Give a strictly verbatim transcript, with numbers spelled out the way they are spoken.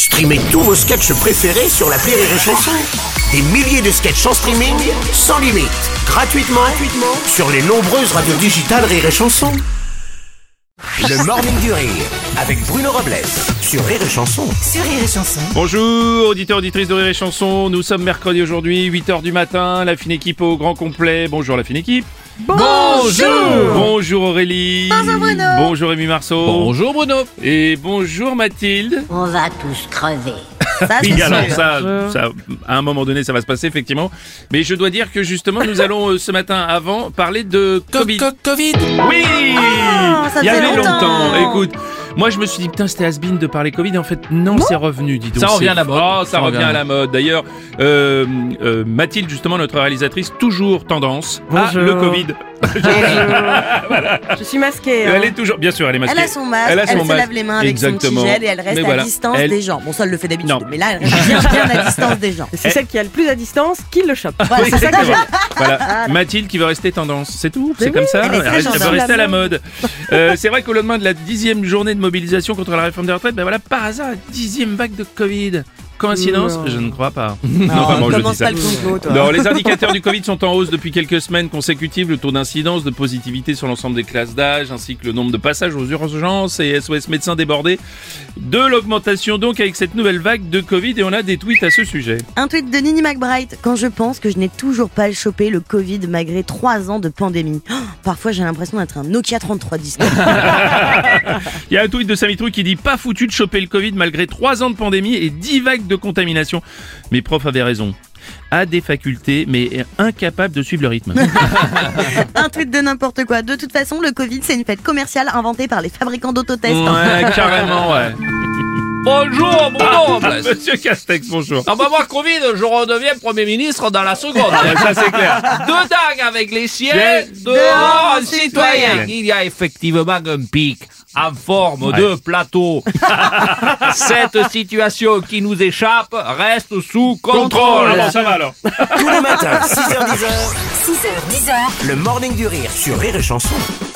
Streamez tous vos sketchs préférés sur l'appli Rire et Chanson. Des milliers de sketchs en streaming, sans limite, gratuitement, gratuitement sur les nombreuses radios digitales Rire et Chanson. Le Morning du Rire, avec Bruno Robles, sur Rire et Chanson. Sur Rire et Chanson. Bonjour, auditeurs, auditrices de Rire et Chanson. Nous sommes mercredi aujourd'hui, huit heures du matin. La fine équipe au grand complet. Bonjour la fine équipe. Bonjour. Bonjour Aurélie. Bonjour Bruno. Bonjour Rémi Marceau. Bonjour Bruno. Et bonjour Mathilde. On va tous crever. Ça, Oui, c'est alors sûr. ça, ça, à un moment donné, ça va se passer effectivement. Mais je dois dire que justement, nous allons euh, ce matin avant parler de Covid. Covid. Oui. Ah, ça Il y fait avait longtemps. longtemps. Écoute. Moi je me suis dit putain c'était has-been de parler Covid et en fait non c'est revenu dis donc. Ça revient C'est- à la mode. Oh, ça, Ça revient revient. à la mode. D'ailleurs euh, euh, Mathilde justement notre réalisatrice toujours tendance Bonjour. à le Covid. Je suis masquée. Elle Hein. est toujours bien sûr elle est masquée. Elle a son masque, Elle elle, a son se masque. lave les mains avec Exactement. son petit gel et elle reste Mais à voilà. distance Elle- des gens. Bon, ça, elle le fait d'habitude, Non. mais là, elle reste bien, bien à distance des gens. Et c'est celle qui a le plus à distance qui le chope. Voilà, c'est ça que Exactement. je... Voilà. Mathilde qui veut rester tendance, c'est tout, c'est Mais comme oui, ça. elle est très reste- elle veut gentille. rester à la mode. Euh, c'est vrai qu'au lendemain de la dixième journée de mobilisation contre la réforme des retraites, ben voilà, par hasard, dixième vague de Covid. Coïncidence? Non. Je ne crois pas. Non, vraiment, je commence dis ça. pas le complot, toi. Non, les indicateurs du Covid sont en hausse depuis quelques semaines consécutives. Le taux d'incidence, de positivité sur l'ensemble des classes d'âge, ainsi que le nombre de passages aux urgences et S O S médecins débordés. De l'augmentation donc avec cette nouvelle vague de Covid et on a des tweets à ce sujet. Un tweet de Nini McBride. Quand je pense que je n'ai toujours pas chopé le Covid malgré trois ans de pandémie. Oh, parfois, j'ai l'impression d'être un Nokia trente-trois dix. Il y a un tweet de Samitrouille qui dit pas foutu de choper le Covid malgré trois ans de pandémie et dix vagues de contamination. Mes profs avaient raison. A des facultés, mais est incapable de suivre le rythme. Un tweet de n'importe quoi. De toute façon, le Covid, c'est une fête commerciale inventée par les fabricants d'autotests. Ouais, carrément, ouais. Bonjour Bruno. Ah, Monsieur Castex, bonjour. Ah bah moi Covid, je redeviens Premier ministre dans la seconde. Ça c'est clair. Dedans avec les siens, Bien. dehors un Ouais. citoyen. Il y a effectivement un pic en forme de plateau. Cette situation qui nous échappe reste sous contrôle. Oh, bon, ça va alors. Tous les matins, six heures dix heures, six heures, dix heures. le Morning du Rire sur Rire et Chanson.